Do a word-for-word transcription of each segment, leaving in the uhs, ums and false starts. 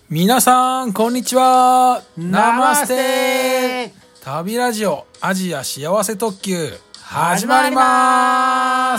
皆さんこんにちは。 ナマステ。 旅ラジオアジア幸せ特急始まります。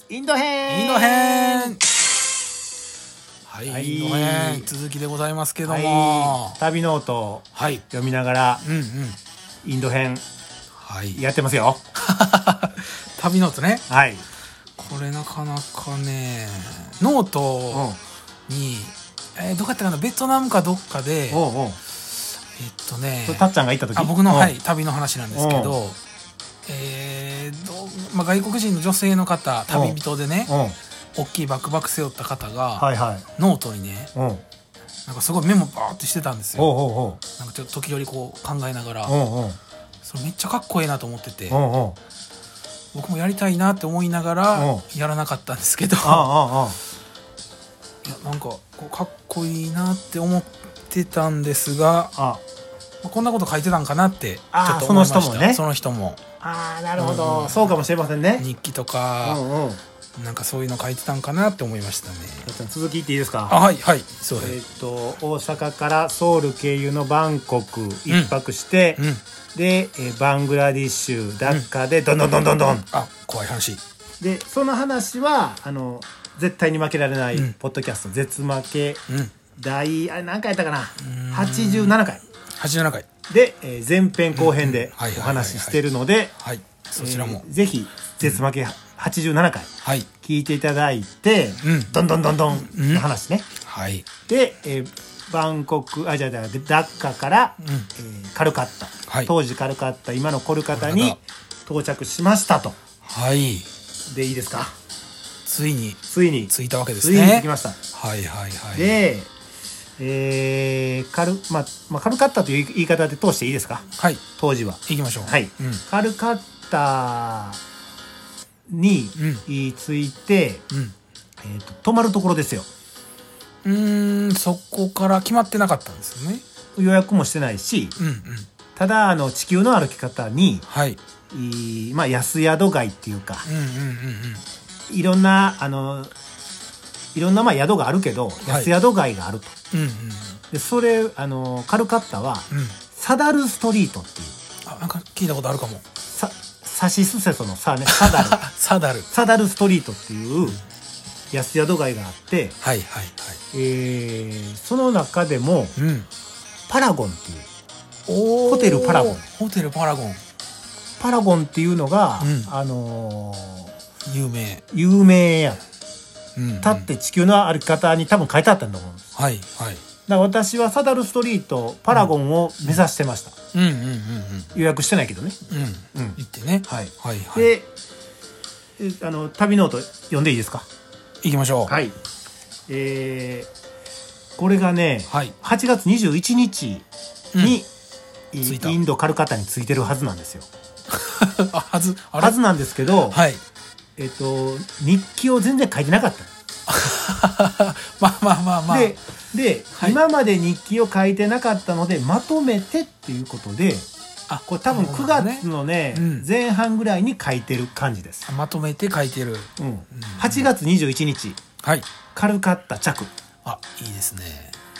インド編インド編はい、 はい、 インド編続きでございますけども、 はい、旅ノートを読みながら、 うんうん、 インド編はいやってますよ。 旅ノートね。 はい。 これなかなかね、ノートに、うん、えー、どこやったかな、ベトナムかどっかで、 おうおう、 えっとね、 たっちゃんが行った時、 あ、僕の、はい、旅の話なんですけど、えーどまあ、外国人の女性の方、旅人でね、大きいバックバック背負った方が、はいはい、ノートにね、なんかすごいメモバーってしてたんですよ。 おうおうおう、 なんかちょっと時折こう考えながら、 おうおう、 それめっちゃかっこいいなと思ってて、 おうおう、 僕もやりたいなって思いながらやらなかったんですけど、 ああああ、 いやなんかこうかっこいいなって思ってたんですが、ああ、こんなこと書いてたんかなってちょっと思いました。その人もね。その人も。 ああ、なるほど、うん、そうかもしれませんね。 日記とか、うんうん、なんかそういうの書いてたんかなって思いましたね。 続き言っていいですか？ あ、はいはい。そうえっと大阪からソウル経由のバンコク一泊して、うんうん、でバングラディッシュダッカでどんどんどんどんどん、 あ、怖い話で、その話はあの絶対に負けられないポッドキャスト、うん、絶負け、うん、第あれ何回やったかな、はちじゅうななかいはちじゅうななかいで、えー、前編後編でお話ししてるので、 そちらも、 えー、ぜひ絶負けはちじゅうななかい聞いていただいて、うん、どんどんどんどんの話ね、 うん、はい、 で、えー、バンコクあじゃあダッカから、うん、えー、カルカッタ、はい、当時カルカッタ今のコルカタに到着しましたと。 はい、 でいいですか？ ついについに着いたわけですね。 ついに着きました。 はいはいはい。 で、えー、カルまあ、まあ、カルカッタという言い方で通していいですか？はい。当時は行きましょう。 はい、うん、カルカッタに、うん、着いて、うん、えーと、泊まるところですよ。 うーん、そこから決まってなかったんですよね。 予約もしてないし、うんうん、ただあの地球の歩き方に、はい、いまあ、安宿街っていうか、うんうんうんうん、いろんなあのいろんなまあ宿があるけど、はい、安宿街があると、うんうん、でそれあのカルカッタは、うん、サダルストリートっていう、 あ、なんか聞いたことあるかも。 さサシスセソのさね、サダルサダルサダルストリートっていう安宿街があって、 はいはいはい、 えー、その中でも、うん、パラゴンっていうホテルパラゴンホテルパラゴンパラゴンっていうのが、うん、あのー、 有名有名や、うんうん、立って地球の歩き方に多分書いてあったんだと思うんです。 はいはい。だから私はサダルストリートパラゴンを目指してました。うんうんうんうん、予約してないけどね。 うんうん、行ってね。はいはいはい。で、あの旅ノート読んでいいですか？ 行きましょう。 はい。えー、これがね、はい、はちがつにじゅういちにちに、うん、インドカルカッタに着いてるはずなんですよ。 あ、はずあれはずなんですけど、はい、えっと日記を全然書いてなかった。 まあまあまあまあ。 で、で、はい、今まで日記を書いてなかったのでまとめてっていうことで、あ、これ多分くがつのね、うん、前半ぐらいに書いてる感じです。 まとめて書いてる。 うん。はちがつにじゅういちにち、はい、カルカッタ着。 あ、いいですね。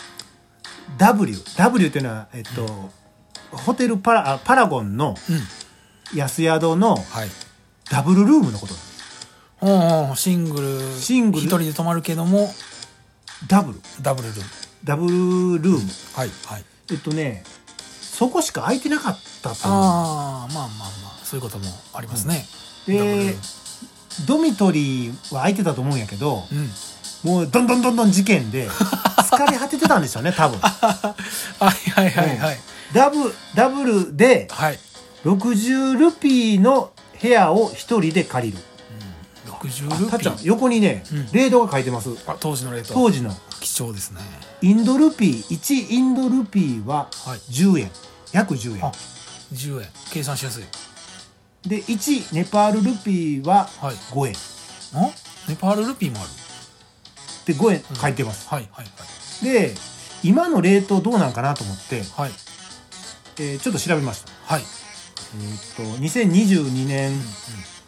W、W っていうのはえっと、うん、ホテルパラパラゴンの安宿のダブルルームのことなんです。 おお、シングル、シングル一人で泊まるけどもダブルダブルルームダブルルーム、 はいはい、 えっとねそこしか空いてなかったと思う。ああ、まあまあまあそういうこともありますね、 うん、でドミトリーは空いてたと思うんやけど、うん、もうどんどんどんどん事件で疲れ果ててたんでしょうね多分。 はいはいはいはい、うん、 ダブダブルでろくじゅうルピーの部屋を一人で借りる。 ろくじゅうルピー。 たっちゃん横にね、うん、レートが書いてます。 あ、当時のレート。 当時の貴重ですね。 インドルピーいちインドルピーはじゅうえん、はい、約じゅうえん。 あ、じゅうえん計算しやすい。 でいちネパールルピーはごえん、 はい、あ、ネパールルピーもあるでごえん書いてます、 うん、はいはいはい。 で今のレートどうなんかなと思って、はい、えー、ちょっと調べました。はい。えー、っとにせんにじゅうにねん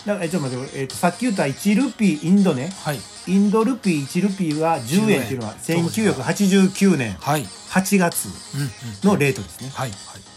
だからちょっと待って、えー、とさっき言ったいちルピーインドね、はい、インドルピーいちルピーはじゅうえんっていうのはせんきゅうひゃくはちじゅうきゅうねんはちがつのレートですね、はいはい、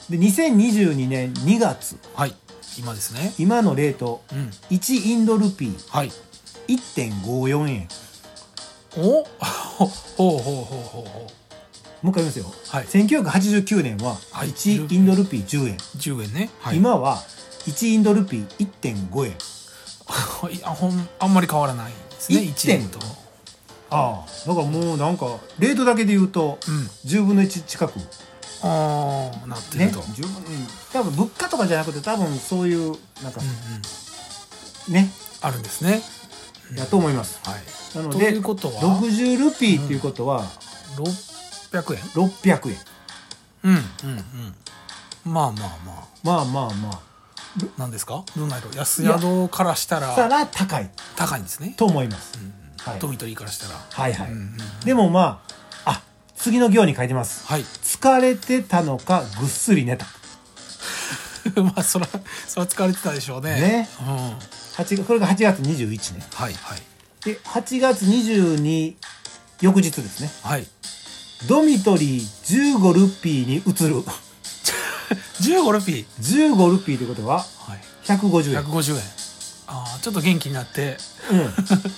でにせんにじゅうにねんにがつ、 はい、今ですね、 今のレート、うん、いちインドルピー、 はい、 いってんごよんえん。 おほうほうほうほうほうもう一回言いますよ、はい、せんきゅうひゃくはちじゅうきゅうねんはいちインドルピーじゅうえん、 じゅうえんね、はい、 今はいちインドルピー いってんごえんあ, ほんあんまり変わらないですね。いってんと、 ああだからもうなんかレートだけで言うと、うん、じゅうぶんのいち近くああなってると、ね、 十分、うん、多分物価とかじゃなくて多分そういうなんか、うんうん、ねあるんですね、 うん、やと思います、はい、なのでということはろくじゅうルピーっていうことは、 うん、ろっぴゃくえんろっぴゃくえん、 うんうんうんまあまあまあまあまあまあ何ですか、どんな色、安宿からしたらしたら高い高いんですねと思います、うんはい、ドミトリーからしたらはいはい、うんうんうん、でもまああ次の行に書いてます、はい、疲れてたのかぐっすり寝たまあそらそら疲れてたでしょうねね、うん、はちこれがはちがつにじゅういちね、はいはい、ではちがつにじゅうに翌日ですね、はい、ドミトリーじゅうごルピーに移るじゅうごルピーじゅうごルピーってことはひゃくごじゅうえん、 ひゃくごじゅうえん、ああちょっと元気になって、うん、なったん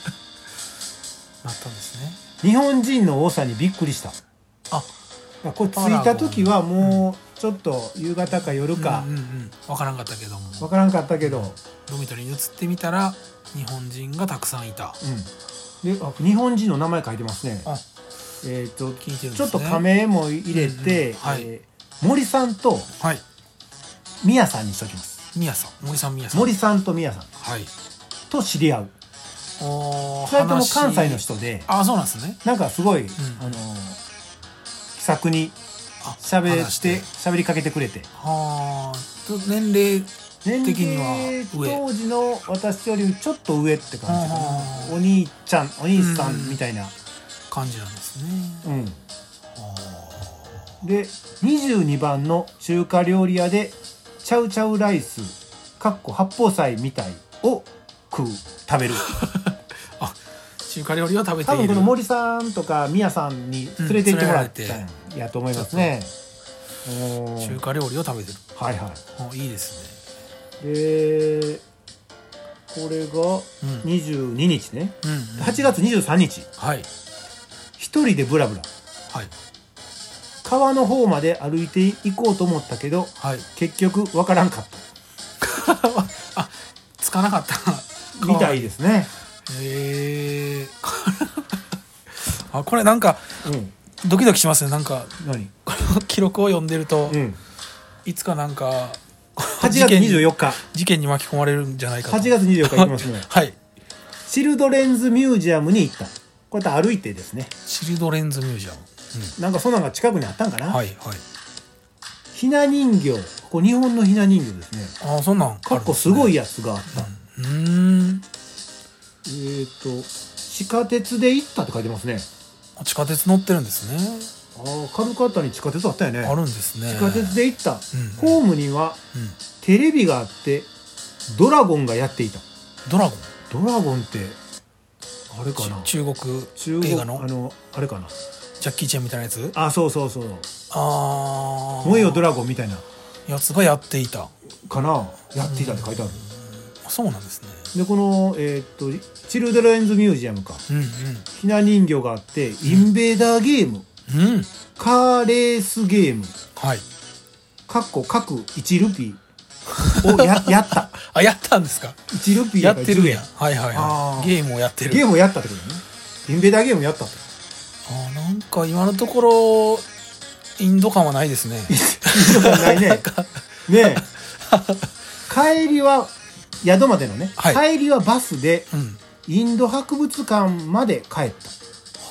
ですね。 日本人の多さにびっくりした。あこれ着いた時はもうちょっと夕方か夜か、うんうんうん、 分からんかったけども分からんかったけどドミトリーに移ってみたら日本人がたくさんいた、 うん、であ日本人の名前書いてますね。あえーと聞いてるんですね、ちょっと仮名も入れて、うんうんはいえー、森さんと宮さんにしときます。 宮さん森さん宮さん森さんと宮さん、はい、と知り合う。おふたりとも関西の人で、 あそうなんですね。 なんかすごい、うん、あの気さくに喋って喋りかけてくれて、はあ年齢的には上当時の私よりちょっと上って感じかな。お兄ちゃんお兄さんみたいな、うん、 感じなんですね。 うん、でにじゅうにばんの中華料理屋でチャウチャウライスかっこ八宝菜みたいを食う食べるあ中華料理を食べている。 多分この森さんとか宮さんに連れて行ってもらったんやと思いますね、 うん、中華料理を食べてる。はいはいいいですね。でこれがにじゅうににちね、うんうんうん、はちがつにじゅうさんにち、はい、一人でブラブラ、はい、川の方まで歩いていこうと思ったけど、はい、結局わからんかったあつかなかったみたいですね。 へえあこれなんか、うん、ドキドキしますね。なんか何記録を読んでると、うん、いつかなんかはちがつにじゅうよっか事件に巻き込まれるんじゃないかと。 はちがつにじゅうよっか行きますねはいチルドレンズミュージアムに行った。こうやって歩いてですね。 チルドレンズミュージアム、 うん、なんかそんなのが近くにあったんかな。はいはい。ひな人形、ここ日本のひな人形ですね。 ああそんなんあるんですね。 かっこすごいやつがあった、うん、うんえーと地下鉄で行ったって書いてますね。 地下鉄乗ってるんですね。 ああカルカッタに地下鉄あったよね。 あるんですね。 地下鉄で行った、うん、ホームには、うん、テレビがあってドラゴンがやっていた。 ドラゴンドラゴンってあれかな。 中国映画のあのあれかな。 ジャッキーチェンみたいなやつ。 あそうそうそう。ああ燃えよドラゴンみたいなやつがやっていたかな。やっていたって書いてある。 あそうなんですね。 でこの、えー、っとチルドレンズミュージアムか、うんうん、ひな人形があってインベーダーゲーム、うん、カーレースゲーム、はい、かっこ各いちルピーを や, やったあやったんですか。 いちルピーやってるやん。はいはいはい。ゲームをやってる。 ゲームをやったってことね。インベーダーゲームやったって。 あなんか今のところインド感はないですね。インド感ないね。 ねえ帰りは宿までのね、はい、帰りはバスで、うん、インド博物館まで帰った。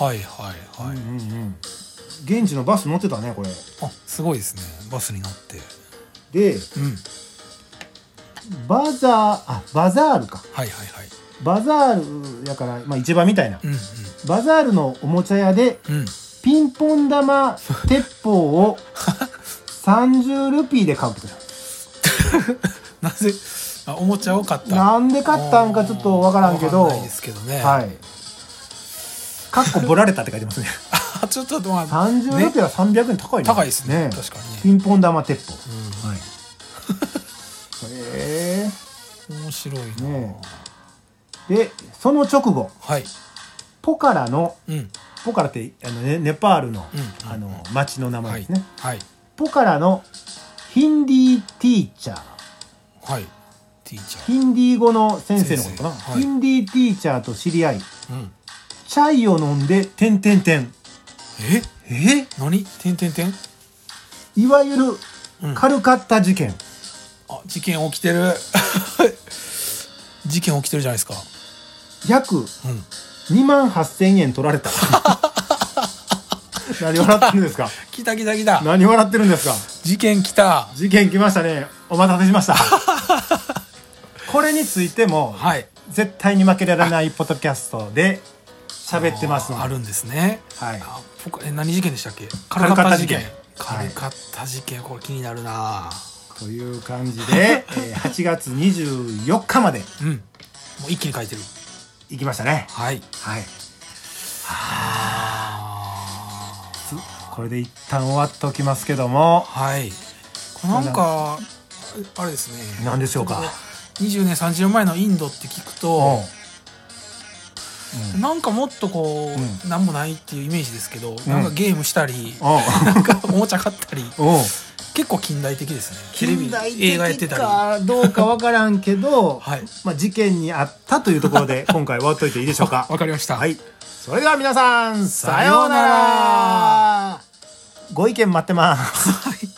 はいはいはい、うんうんうん、現地のバス乗ってたねこれ。 あすごいですね。バスに乗ってで、うん、バザーあバザールか。はいはいはい。バザールやから、まあ、市場みたいな、うんうん、バザールのおもちゃ屋で、うん、ピンポン玉鉄砲をさんじゅうルピーで買うってことだなぜあ、おもちゃを買った。 なんで買ったんかちょっとわからんけど、 ないですけどね。 はい。かっこぼられたって書いてますね。 あ、ちょっとまあさんじゅうルピアさんびゃくえん高いね。 高いですね。確かにね。 ピンポン玉鉄砲。はい。へえ。 面白いね。で、その直後、 はい。 ポカラの、ポカラってあのネパールのあの町の名前ですね。はい。ポカラのヒンディーティーチャー。 はい。ティーチャー。 ヒンディー語の先生のことかな。ヒンディーティーチャーと知り合い、チャイを飲んでてんてんてん。 ええ何てんてんてん。 いわゆるカルカッタ事件。 あ、事件起きてる。事件起きてるじゃないですか。 約にまんはっせんえん取られた。何笑ってるんですか。 来た来た来た。 何笑ってるんですか。 事件来た。 事件来ましたね。お待たせしました。これについても、はい、絶対に負けられないポッドキャストで喋ってますので。 あるんですね。はい。え、何事件でしたっけ。 カルカッタ事件。 カルカッタ事件、これ気になるな。 という感じで、えー、はちがつにじゅうよっかまで、 うん、もう一気に書いてる。 行きましたね。 はいはい。はあ。これで一旦終わっておきますけども、 はい。なんかあれですね。 何でしょうか。 にじゅうねんさんじゅうねんまえのインドって聞くと、うん、なんかもっとこう、うん、なんもないっていうイメージですけど、うん、なんかゲームしたり、なんかおもちゃ買ったり。結構近代的ですね。テレビ映画やってたりかどうかわからんけど、はい、まあ事件にあったというところで今回終わっといていいでしょうか。 わかりました。 はい。それでは皆さんさようなら。ご意見待ってます。はい。